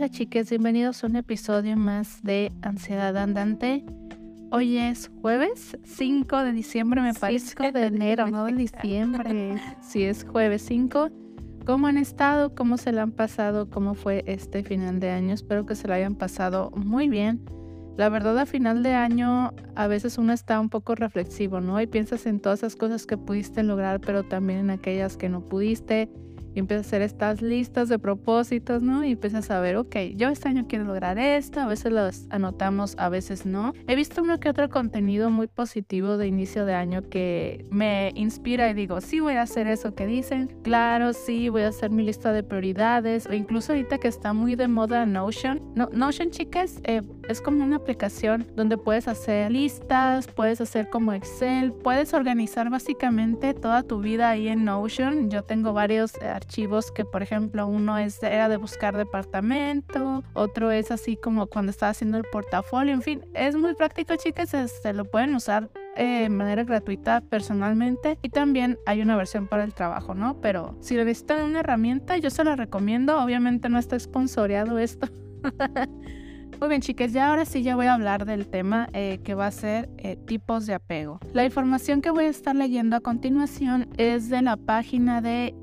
Hola chicas, bienvenidos a un episodio más de Ansiedad Andante. Hoy es jueves 5 de diciembre, me parece. 5 de enero, no de diciembre. Sí, es jueves 5. ¿Cómo han estado? ¿Cómo se la han pasado? ¿Cómo fue este final de año? Espero que se la hayan pasado muy bien. La verdad, a final de año a veces uno está un poco reflexivo, ¿no? Y piensas en todas esas cosas que pudiste lograr, pero también en aquellas que no pudiste. Y empiezas a hacer estas listas de propósitos, ¿no? Y empiezas a ver, ok, yo este año quiero lograr esto, a veces los anotamos, a veces no. He visto uno que otro contenido muy positivo de inicio de año que me inspira y digo, sí voy a hacer eso que dicen, claro, sí, voy a hacer mi lista de prioridades, o incluso ahorita que está muy de moda Notion. Notion, chicas, es como una aplicación donde puedes hacer listas, puedes hacer como Excel, puedes organizar básicamente toda tu vida ahí en Notion. Yo tengo varios archivos que, por ejemplo, uno era de buscar departamento, otro es así como cuando estaba haciendo el portafolio, en fin, es muy práctico, chicas, se lo pueden usar de manera gratuita personalmente y también hay una versión para el trabajo, ¿no? Pero si necesitan una herramienta, yo se la recomiendo, obviamente no está sponsoreado esto. Muy bien, chicas, ya ahora sí ya voy a hablar del tema que va a ser tipos de apego. La información que voy a estar leyendo a continuación es de la página de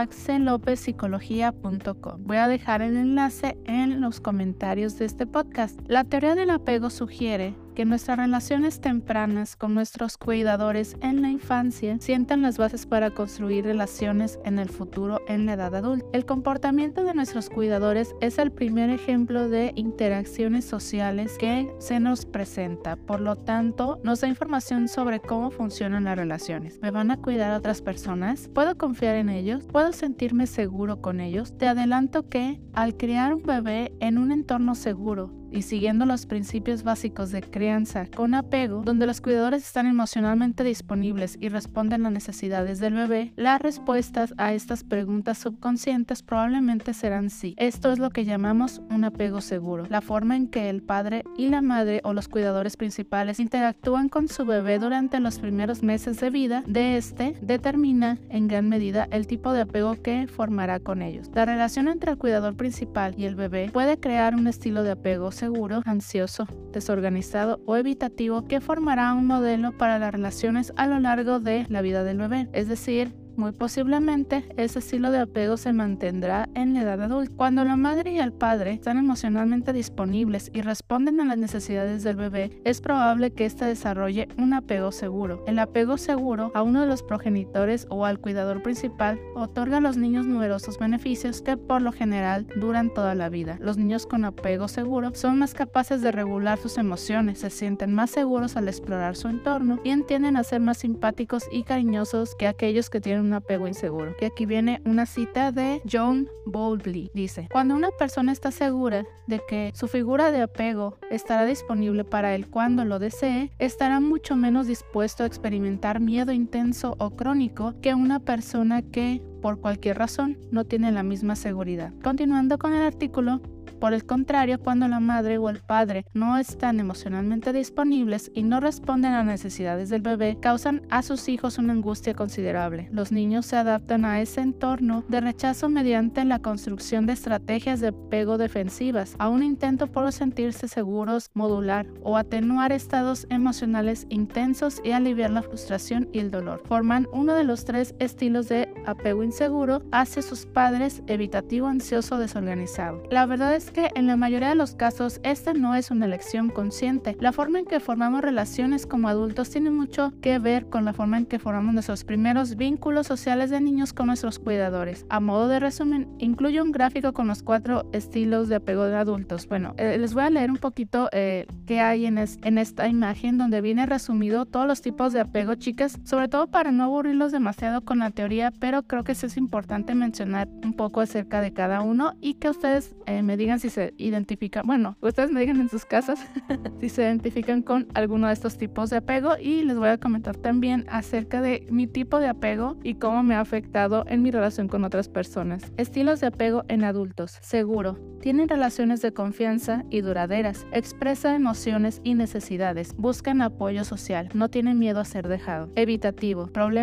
iraxelopezpsicología.com. Voy a dejar el enlace en los comentarios de este podcast. La teoría del apego sugiere que nuestras relaciones tempranas con nuestros cuidadores en la infancia sientan las bases para construir relaciones en el futuro en la edad adulta. El comportamiento de nuestros cuidadores es el primer ejemplo de interacciones sociales que se nos presenta. Por lo tanto, nos da información sobre cómo funcionan las relaciones. ¿Me van a cuidar a otras personas? ¿Puedo confiar en ellos? ¿Puedo sentirme seguro con ellos? Te adelanto que al criar un bebé en un entorno seguro y siguiendo los principios básicos de crianza con apego, donde los cuidadores están emocionalmente disponibles y responden a necesidades del bebé, las respuestas a estas preguntas subconscientes probablemente serán sí. Esto es lo que llamamos un apego seguro, la forma en que el padre y la madre o los cuidadores principales interactúan con su bebé durante los primeros meses de vida de este determina en gran medida el tipo de apego que formará con ellos. La relación entre el cuidador principal y el bebé puede crear un estilo de apego seguro, ansioso, desorganizado o evitativo que formará un modelo para las relaciones a lo largo de la vida del bebé. Es decir, muy posiblemente ese estilo de apego se mantendrá en la edad adulta. Cuando la madre y el padre están emocionalmente disponibles y responden a las necesidades del bebé, es probable que éste desarrolle un apego seguro. El apego seguro a uno de los progenitores o al cuidador principal otorga a los niños numerosos beneficios que por lo general duran toda la vida. Los niños con apego seguro son más capaces de regular sus emociones, se sienten más seguros al explorar su entorno y tienden a ser más simpáticos y cariñosos que aquellos que tienen un apego inseguro. Y aquí viene una cita de John Bowlby. Dice, cuando una persona está segura de que su figura de apego estará disponible para él cuando lo desee, estará mucho menos dispuesto a experimentar miedo intenso o crónico que una persona que, por cualquier razón, no tiene la misma seguridad. Continuando con el artículo, por el contrario, cuando la madre o el padre no están emocionalmente disponibles y no responden a las necesidades del bebé, causan a sus hijos una angustia considerable. Los niños se adaptan a ese entorno de rechazo mediante la construcción de estrategias de apego defensivas, a un intento por sentirse seguros, modular o atenuar estados emocionales intensos y aliviar la frustración y el dolor. Forman uno de los tres estilos de apego inseguro hacia sus padres: evitativo, ansioso, desorganizado. La verdad es que en la mayoría de los casos esta no es una elección consciente. La forma en que formamos relaciones como adultos tiene mucho que ver con la forma en que formamos nuestros primeros vínculos sociales de niños con nuestros cuidadores. A modo de resumen, incluye un gráfico con los 4 estilos de apego de adultos. Bueno, les voy a leer un poquito qué hay en esta imagen donde viene resumido todos los tipos de apego, chicas, sobre todo para no aburrirlos demasiado con la teoría, pero creo que sí es importante mencionar un poco acerca de cada uno y que ustedes me digan si se identifican, bueno, ustedes me digan en sus casas si se identifican con alguno de estos tipos de apego, y les voy a comentar también acerca de mi tipo de apego y cómo me ha afectado en mi relación con otras personas. Estilos de apego en adultos. Seguro. Tienen relaciones de confianza y duraderas. Expresa emociones y necesidades. Buscan apoyo social. No tienen miedo a ser dejado. Evitativo. Problemas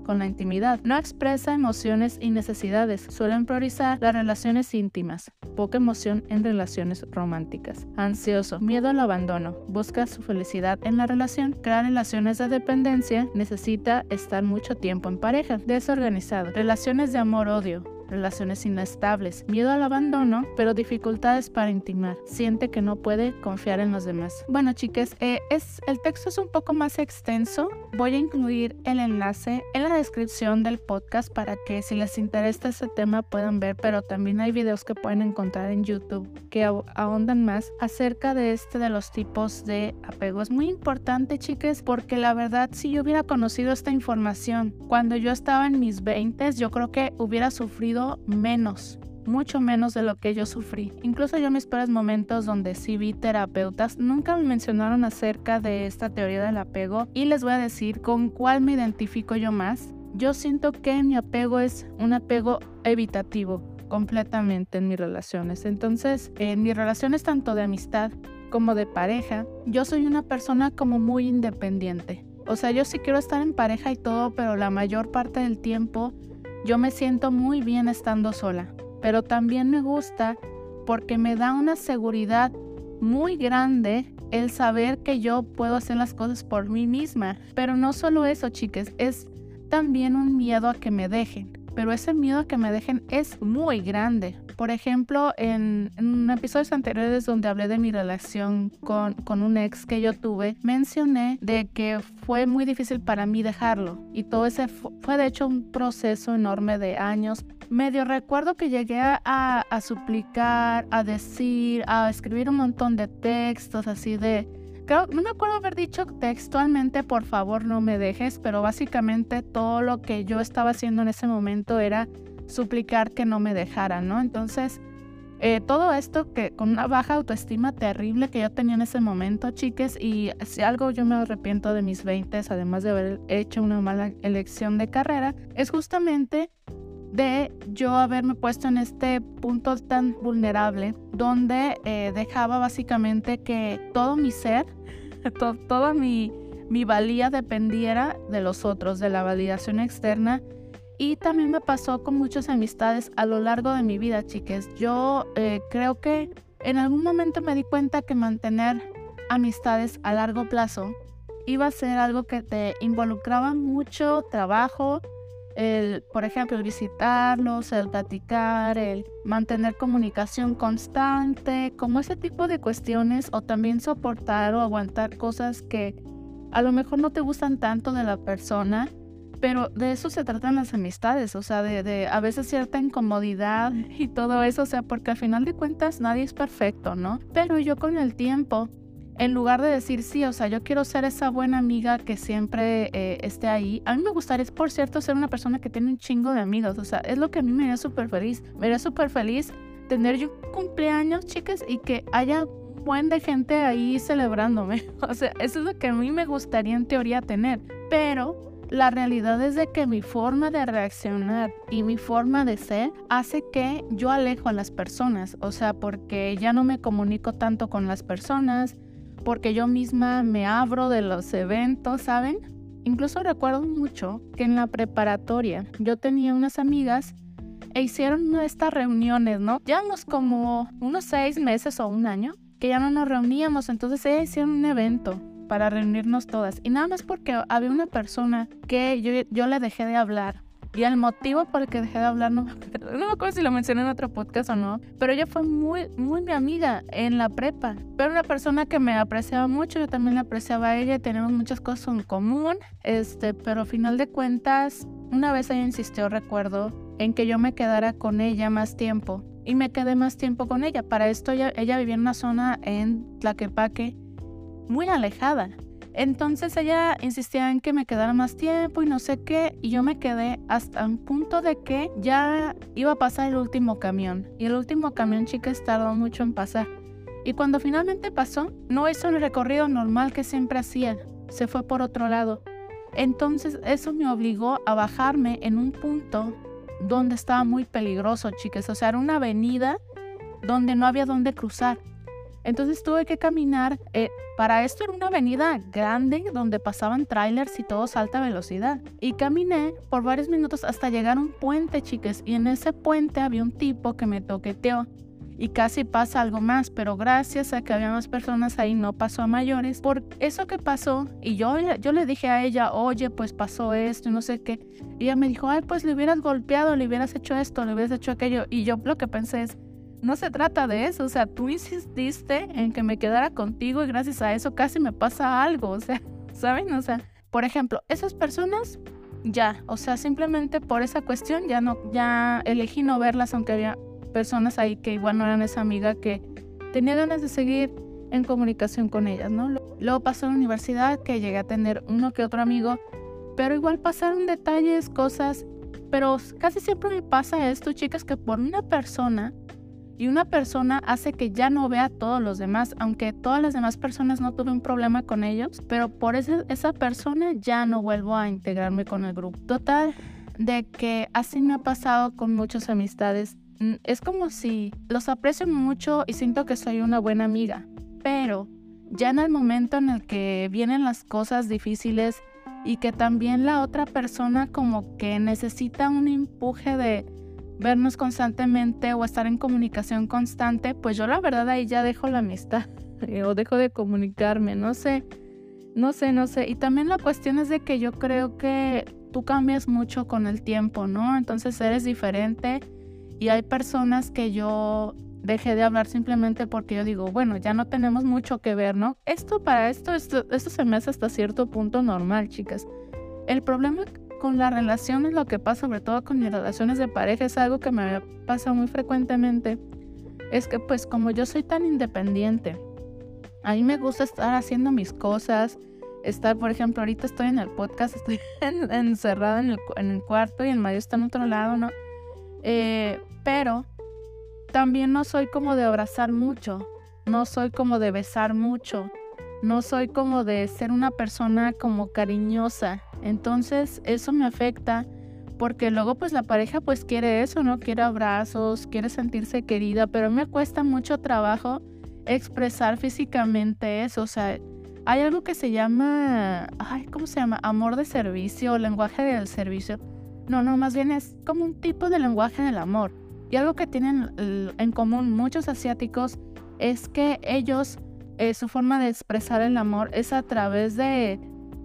con la intimidad. No expresa emociones y necesidades. Suelen priorizar las relaciones íntimas. Poca emoción en relaciones románticas. Ansioso. Miedo al abandono. Busca su felicidad en la relación. Crea relaciones de dependencia. Necesita estar mucho tiempo en pareja. Desorganizado. Relaciones de amor-odio. Relaciones inestables, miedo al abandono, pero dificultades para intimar. Siente que no puede confiar en los demás. Bueno, chicas, el texto es un poco más extenso. Voy a incluir el enlace en la descripción del podcast para que si les interesa ese tema puedan ver, pero también hay videos que pueden encontrar en YouTube que ahondan más acerca de los tipos de apego. Es muy importante, chicas, porque la verdad, si yo hubiera conocido esta información cuando yo estaba en mis 20s, yo creo que hubiera sufrido menos, mucho menos de lo que yo sufrí. Incluso yo en mis peores momentos donde sí vi terapeutas, nunca me mencionaron acerca de esta teoría del apego, y les voy a decir con cuál me identifico yo más. Yo siento que mi apego es un apego evitativo completamente en mis relaciones. Entonces, en mis relaciones tanto de amistad como de pareja, yo soy una persona como muy independiente. O sea, yo sí quiero estar en pareja y todo, pero la mayor parte del tiempo yo me siento muy bien estando sola, pero también me gusta porque me da una seguridad muy grande el saber que yo puedo hacer las cosas por mí misma. Pero no solo eso, chicas, es también un miedo a que me dejen. Pero ese miedo a que me dejen es muy grande. Por ejemplo, en episodios anteriores donde hablé de mi relación con un ex que yo tuve, mencioné de que fue muy difícil para mí dejarlo. Y todo ese fue de hecho un proceso enorme de años. Medio recuerdo que llegué a suplicar, a decir, a escribir un montón de textos así de... Creo, no me acuerdo haber dicho textualmente, por favor no me dejes, pero básicamente todo lo que yo estaba haciendo en ese momento era suplicar que no me dejara, ¿no? Entonces, todo esto que con una baja autoestima terrible que yo tenía en ese momento, chicas, y si algo yo me arrepiento de mis 20s, además de haber hecho una mala elección de carrera, es justamente de yo haberme puesto en este punto tan vulnerable donde dejaba básicamente que todo mi ser, toda mi valía dependiera de los otros, de la validación externa. Y también me pasó con muchas amistades a lo largo de mi vida, chicas. Yo creo que en algún momento me di cuenta que mantener amistades a largo plazo iba a ser algo que te involucraba mucho trabajo, por ejemplo, el visitarlos, el platicar, el mantener comunicación constante, como ese tipo de cuestiones, o también soportar o aguantar cosas que a lo mejor no te gustan tanto de la persona, pero de eso se tratan las amistades, o sea, de a veces cierta incomodidad y todo eso, o sea, porque al final de cuentas nadie es perfecto, ¿no? Pero yo con el tiempo, en lugar de decir sí, o sea, yo quiero ser esa buena amiga que siempre esté ahí. A mí me gustaría, por cierto, ser una persona que tiene un chingo de amigos. O sea, es lo que a mí me haría súper feliz. Me haría súper feliz tener yo un cumpleaños, chicas, y que haya un buen de gente ahí celebrándome. O sea, eso es lo que a mí me gustaría en teoría tener. Pero la realidad es de que mi forma de reaccionar y mi forma de ser hace que yo alejo a las personas. O sea, porque ya no me comunico tanto con las personas, porque yo misma me abro de los eventos, ¿saben? Incluso recuerdo mucho que en la preparatoria yo tenía unas amigas e hicieron una de estas reuniones, ¿no? Llevamos como unos 6 meses o un año que ya no nos reuníamos, entonces ellas hicieron un evento para reunirnos todas. Y nada más porque había una persona que yo le dejé de hablar. Y el motivo por el que dejé de hablar, no me acuerdo si lo mencioné en otro podcast o no, pero ella fue muy, muy mi amiga en la prepa. Pero una persona que me apreciaba mucho, yo también la apreciaba a ella, tenemos muchas cosas en común, pero al final de cuentas, una vez ella insistió, recuerdo, en que yo me quedara con ella más tiempo. Y me quedé más tiempo con ella. Para esto ella vivía en una zona en Tlaquepaque muy alejada. Entonces ella insistía en que me quedara más tiempo y no sé qué, y yo me quedé hasta un punto de que ya iba a pasar el último camión. Y el último camión, chicas, tardó mucho en pasar. Y cuando finalmente pasó, no hizo el recorrido normal que siempre hacía, se fue por otro lado. Entonces eso me obligó a bajarme en un punto donde estaba muy peligroso, chicas. O sea, era una avenida donde no había dónde cruzar. Entonces tuve que caminar, para esto era una avenida grande donde pasaban trailers y todos a alta velocidad. Y caminé por varios minutos hasta llegar a un puente, chicas, y en ese puente había un tipo que me toqueteó. Y casi pasa algo más, pero gracias a que había más personas ahí no pasó a mayores. Por eso que pasó, y yo le dije a ella, oye, pues pasó esto y no sé qué. Y ella me dijo, ay, pues le hubieras golpeado, le hubieras hecho esto, le hubieras hecho aquello. Y yo lo que pensé es, no se trata de eso, o sea, tú insististe en que me quedara contigo y gracias a eso casi me pasa algo, o sea, ¿saben? O sea, por ejemplo, esas personas ya, o sea, simplemente por esa cuestión ya elegí no verlas, aunque había personas ahí que igual no eran esa amiga que tenía ganas de seguir en comunicación con ellas, ¿no? Luego pasó en la universidad que llegué a tener uno que otro amigo, pero igual pasaron detalles, cosas, pero casi siempre me pasa esto, chicas, que por una persona hace que ya no vea a todos los demás, aunque todas las demás personas no tuve un problema con ellos, pero por esa persona ya no vuelvo a integrarme con el grupo. Total, de que así me ha pasado con muchas amistades. Es como si los aprecio mucho y siento que soy una buena amiga, pero ya en el momento en el que vienen las cosas difíciles y que también la otra persona como que necesita un empuje de vernos constantemente o estar en comunicación constante, pues yo la verdad ahí ya dejo la amistad o dejo de comunicarme, no sé. Y también la cuestión es de que yo creo que tú cambias mucho con el tiempo, ¿no? Entonces eres diferente y hay personas que yo dejé de hablar simplemente porque yo digo, bueno, ya no tenemos mucho que ver, ¿no? Esto se me hace hasta cierto punto normal, chicas. El problema con las relaciones, lo que pasa sobre todo con mis relaciones de pareja, es algo que me pasa muy frecuentemente, es que pues como yo soy tan independiente, a mí me gusta estar haciendo mis cosas, por ejemplo, ahorita estoy en el podcast, estoy encerrada en el cuarto y el Mario está en otro lado, ¿no? Pero también no soy como de abrazar mucho, no soy como de besar mucho, no soy como de ser una persona como cariñosa. Entonces eso me afecta porque luego pues la pareja pues quiere eso, ¿no? Quiere abrazos, quiere sentirse querida, pero me cuesta mucho trabajo expresar físicamente eso. O sea, hay algo que se llama, ¿cómo se llama? Amor de servicio, lenguaje del servicio. No, más bien es como un tipo de lenguaje del amor. Y algo que tienen en común muchos asiáticos es que ellos, su forma de expresar el amor es a través de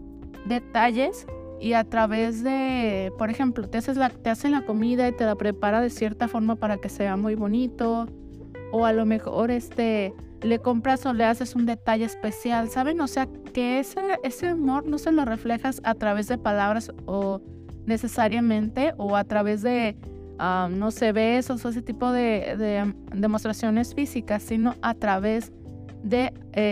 detalles y a través de, por ejemplo, te hacen la comida y te la prepara de cierta forma para que sea muy bonito, o a lo mejor le compras o le haces un detalle especial, ¿saben? O sea, que ese amor no se lo reflejas a través de palabras o necesariamente, o a través de no sé, besos o ese tipo de demostraciones físicas, sino a través de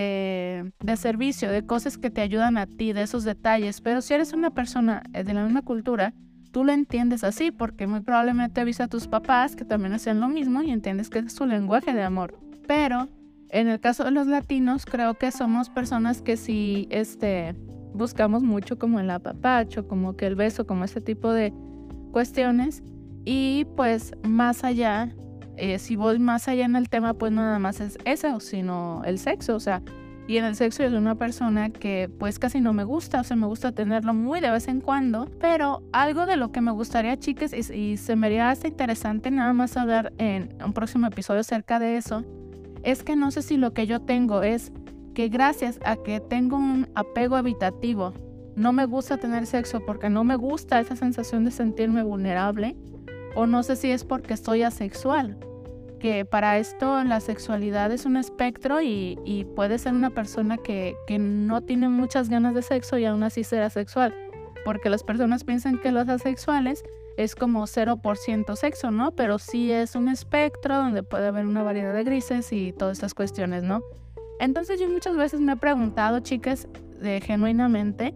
servicio, de cosas que te ayudan a ti, de esos detalles. Pero si eres una persona de la misma cultura, tú lo entiendes así, porque muy probablemente viste a tus papás que también hacían lo mismo y entiendes que es su lenguaje de amor. Pero en el caso de los latinos, creo que somos personas que sí buscamos mucho como el apapacho, como que el beso, como ese tipo de cuestiones. Y pues más allá, si voy más allá en el tema, pues no nada más es eso, sino el sexo. O sea, y en el sexo yo soy una persona que pues casi no me gusta, o sea, me gusta tenerlo muy de vez en cuando. Pero algo de lo que me gustaría, chicas, y se me haría hasta interesante nada más hablar en un próximo episodio acerca de eso, es que no sé si lo que yo tengo es que gracias a que tengo un apego evitativo, no me gusta tener sexo porque no me gusta esa sensación de sentirme vulnerable, o no sé si es porque soy asexual, que para esto la sexualidad es un espectro y puede ser una persona que no tiene muchas ganas de sexo y aún así ser asexual, porque las personas piensan que los asexuales es como 0% sexo, ¿no? Pero sí es un espectro donde puede haber una variedad de grises y todas estas cuestiones, ¿no? Entonces yo muchas veces me he preguntado, chicas, genuinamente,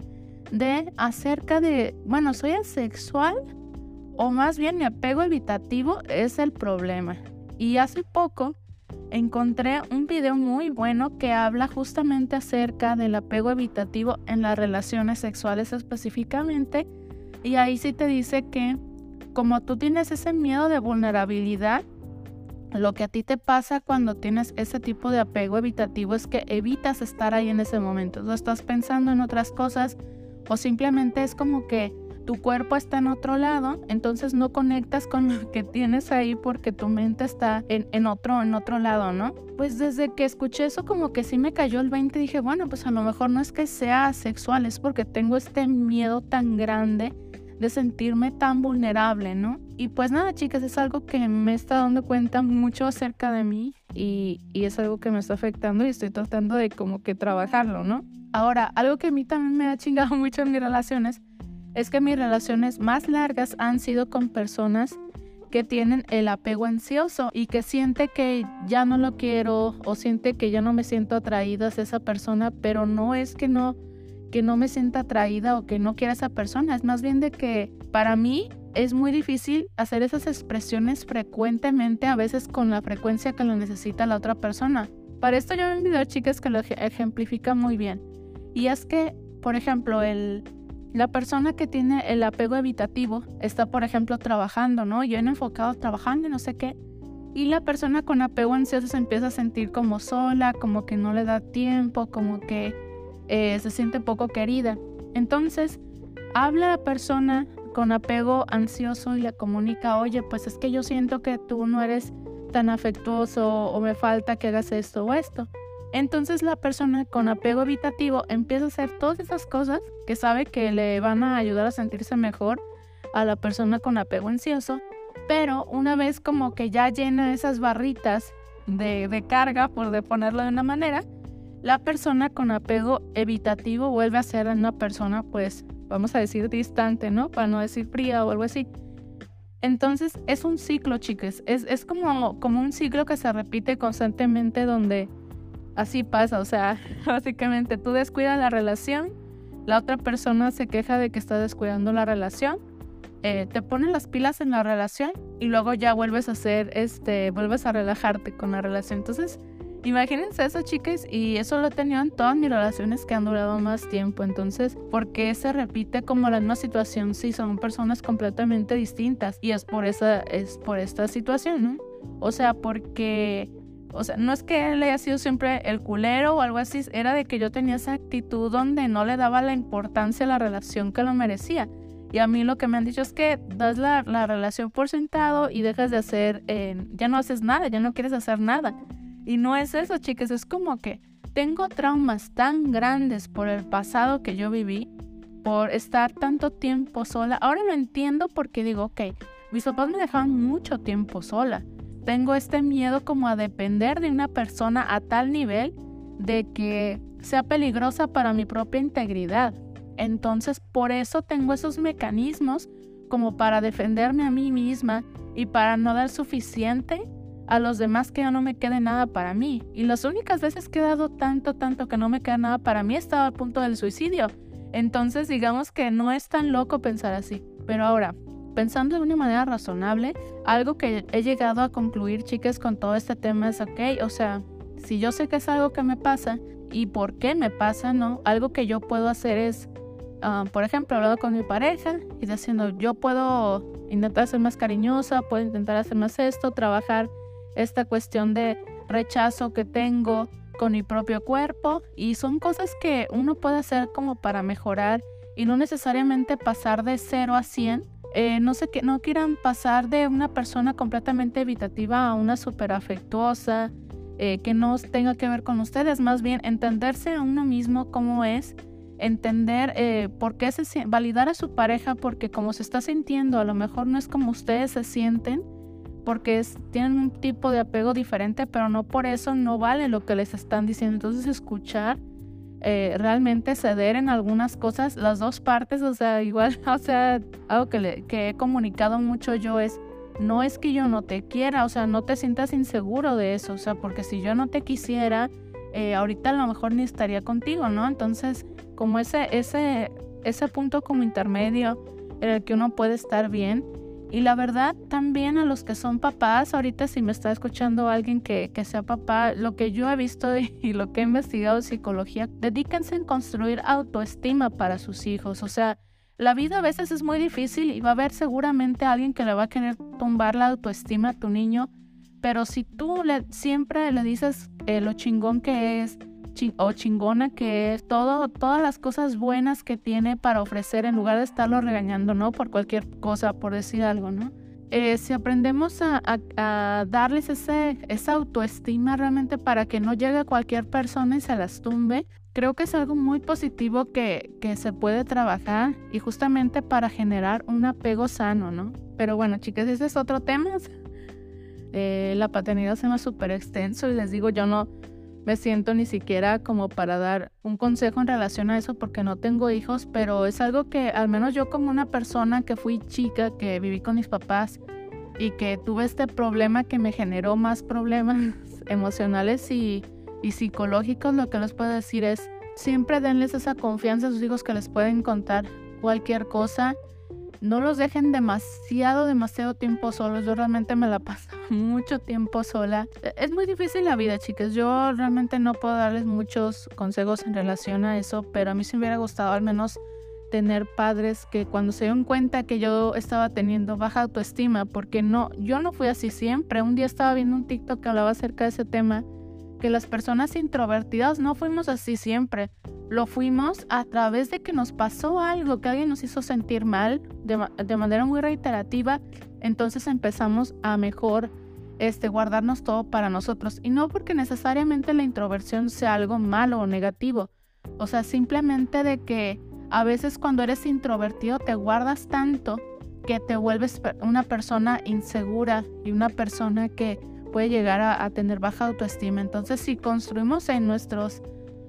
acerca de, bueno, ¿soy asexual? O más bien mi apego evitativo es el problema. Y hace poco encontré un video muy bueno que habla justamente acerca del apego evitativo en las relaciones sexuales específicamente. Y ahí sí te dice que como tú tienes ese miedo de vulnerabilidad, lo que a ti te pasa cuando tienes ese tipo de apego evitativo es que evitas estar ahí en ese momento. Tú estás pensando en otras cosas o simplemente es como que tu cuerpo está en otro lado, entonces no conectas con lo que tienes ahí porque tu mente está en otro lado, ¿no? Pues desde que escuché eso como que sí me cayó el 20 y dije, bueno, pues a lo mejor no es que sea sexual, es porque tengo este miedo tan grande de sentirme tan vulnerable, ¿no? Y pues nada, chicas, es algo que me está dando cuenta mucho acerca de mí y es algo que me está afectando y estoy tratando de como que trabajarlo, ¿no? Ahora, algo que a mí también me ha chingado mucho en mis relaciones es que mis relaciones más largas han sido con personas que tienen el apego ansioso y que siente que ya no lo quiero o siente que ya no me siento atraída hacia esa persona, pero no es que no me sienta atraída o que no quiera a esa persona, es más bien de que para mí es muy difícil hacer esas expresiones frecuentemente, a veces con la frecuencia que lo necesita la otra persona. Para esto yo vi un video, chicas, que lo ejemplifica muy bien. Y es que, por ejemplo, la persona que tiene el apego evitativo está, por ejemplo, trabajando, ¿no? Yo he enfocado trabajando y no sé qué. Y la persona con apego ansioso se empieza a sentir como sola, como que no le da tiempo, como que se siente poco querida. Entonces, habla la persona con apego ansioso y le comunica, oye, pues es que yo siento que tú no eres tan afectuoso o me falta que hagas esto o esto. Entonces la persona con apego evitativo empieza a hacer todas esas cosas que sabe que le van a ayudar a sentirse mejor a la persona con apego ansioso, pero una vez como que ya llena esas barritas de carga, por ponerlo de una manera, la persona con apego evitativo vuelve a ser una persona, pues, vamos a decir distante, ¿no? Para no decir fría o algo así. Entonces es un ciclo, chicas, es como un ciclo que se repite constantemente donde así pasa, o sea, básicamente tú descuidas la relación, la otra persona se queja de que está descuidando la relación, te ponen las pilas en la relación y luego ya vuelves a relajarte con la relación. Entonces, imagínense eso, chicas, y eso lo he tenido en todas mis relaciones que han durado más tiempo. Entonces, ¿por qué se repite como la misma situación si son personas completamente distintas? Y es por esta situación, ¿no? O sea, no es que él haya sido siempre el culero o algo así, era de que yo tenía esa actitud donde no le daba la importancia a la relación que lo merecía. Y a mí lo que me han dicho es que das la relación por sentado y dejas de hacer, ya no haces nada, ya no quieres hacer nada. Y no es eso, chicas, es como que tengo traumas tan grandes por el pasado que yo viví, por estar tanto tiempo sola. Ahora lo entiendo porque digo, ok, mis papás me dejaban mucho tiempo sola. Tengo este miedo como a depender de una persona a tal nivel de que sea peligrosa para mi propia integridad. Entonces, por eso tengo esos mecanismos como para defenderme a mí misma y para no dar suficiente a los demás que ya no me quede nada para mí. Y las únicas veces que he dado tanto que no me queda nada para mí, he estado al punto del suicidio. Entonces, digamos que no es tan loco pensar así. Pero ahora, pensando de una manera razonable, algo que he llegado a concluir, chicas, con todo este tema es, ok, o sea, si yo sé que es algo que me pasa y por qué me pasa, ¿no? Algo que yo puedo hacer es, por ejemplo, hablando con mi pareja y diciendo, yo puedo intentar ser más cariñosa, puedo intentar hacer más esto, trabajar esta cuestión de rechazo que tengo con mi propio cuerpo, y son cosas que uno puede hacer como para mejorar y no necesariamente pasar de 0 a 100. No quieran pasar de una persona completamente evitativa a una súper afectuosa, que no tenga que ver con ustedes, más bien entenderse a uno mismo cómo es, entender por qué validar a su pareja, porque como se está sintiendo a lo mejor no es como ustedes se sienten, porque tienen un tipo de apego diferente, pero no por eso no vale lo que les están diciendo. Entonces escuchar, realmente ceder en algunas cosas, las dos partes, o sea, igual, o sea, algo que he comunicado mucho yo es, no es que yo no te quiera, o sea, no te sientas inseguro de eso, o sea, porque si yo no te quisiera, ahorita a lo mejor ni estaría contigo, ¿no? Entonces, como ese punto como intermedio en el que uno puede estar bien. Y la verdad, también a los que son papás, ahorita si me está escuchando alguien que sea papá, lo que yo he visto y lo que he investigado en psicología, dedíquense en construir autoestima para sus hijos. O sea, la vida a veces es muy difícil y va a haber seguramente alguien que le va a querer tumbar la autoestima a tu niño, Pero si tú siempre le dices lo chingón que es o chingona que es, todas las cosas buenas que tiene para ofrecer, en lugar de estarlo regañando, ¿no? Por cualquier cosa, por decir algo, ¿no? Si aprendemos a darles esa autoestima realmente para que no llegue cualquier persona y se las tumbe, creo que es algo muy positivo que se puede trabajar y justamente para generar un apego sano, ¿no? Pero bueno, chicas, ese es otro tema. La paternidad se me hace súper extenso y les digo, yo no me siento ni siquiera como para dar un consejo en relación a eso porque no tengo hijos, pero es algo que al menos yo, como una persona que fui chica, que viví con mis papás y que tuve este problema que me generó más problemas emocionales y psicológicos, lo que les puedo decir es, siempre denles esa confianza a sus hijos que les pueden contar cualquier cosa. No los dejen demasiado tiempo solos. Yo realmente me la paso mucho tiempo sola. Es muy difícil la vida, chicas. Yo realmente no puedo darles muchos consejos en relación a eso, pero a mí sí me hubiera gustado al menos tener padres que cuando se dieron cuenta que yo estaba teniendo baja autoestima, porque yo no fui así siempre. Un día estaba viendo un TikTok que hablaba acerca de ese tema, que las personas introvertidas no fuimos así siempre. Lo fuimos a través de que nos pasó algo, que alguien nos hizo sentir mal de manera muy reiterativa. Entonces empezamos a mejor guardarnos todo para nosotros. Y no porque necesariamente la introversión sea algo malo o negativo. O sea, simplemente de que a veces cuando eres introvertido te guardas tanto que te vuelves una persona insegura y una persona que puede llegar a tener baja autoestima. Entonces, si construimos en nuestros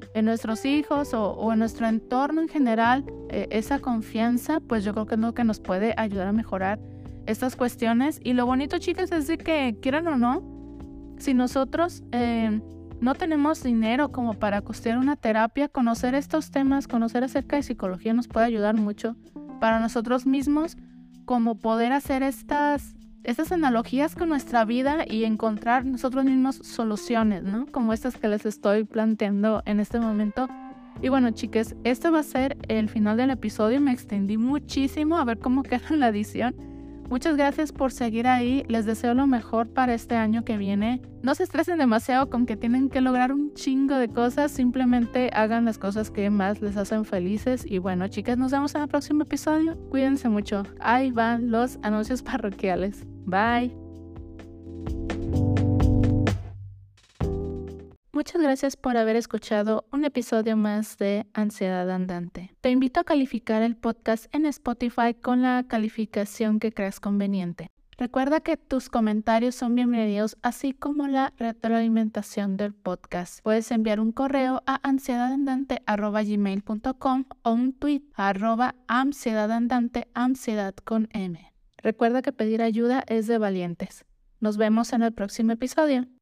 hijos o en nuestro entorno en general esa confianza, pues yo creo que es lo que nos puede ayudar a mejorar estas cuestiones. Y lo bonito, chicas, es de que, quieran o no, si nosotros no tenemos dinero como para costear una terapia, conocer estos temas, conocer acerca de psicología nos puede ayudar mucho para nosotros mismos, como poder hacer estas analogías con nuestra vida y encontrar nosotros mismos soluciones, ¿no? Como estas que les estoy planteando en este momento. Y bueno, chicas, este va a ser el final del episodio. Me extendí muchísimo, a ver cómo queda la edición. Muchas gracias por seguir ahí. Les deseo lo mejor para este año que viene. No se estresen demasiado con que tienen que lograr un chingo de cosas. Simplemente hagan las cosas que más les hacen felices. Y bueno, chicas, nos vemos en el próximo episodio. Cuídense mucho. Ahí van los anuncios parroquiales. Bye. Muchas gracias por haber escuchado un episodio más de Ansiedad Andante. Te invito a calificar el podcast en Spotify con la calificación que creas conveniente. Recuerda que tus comentarios son bienvenidos, así como la retroalimentación del podcast. Puedes enviar un correo a ansiedadandante@gmail.com o un tweet @ansiedadandante, ansiedad con M. Recuerda que pedir ayuda es de valientes. Nos vemos en el próximo episodio.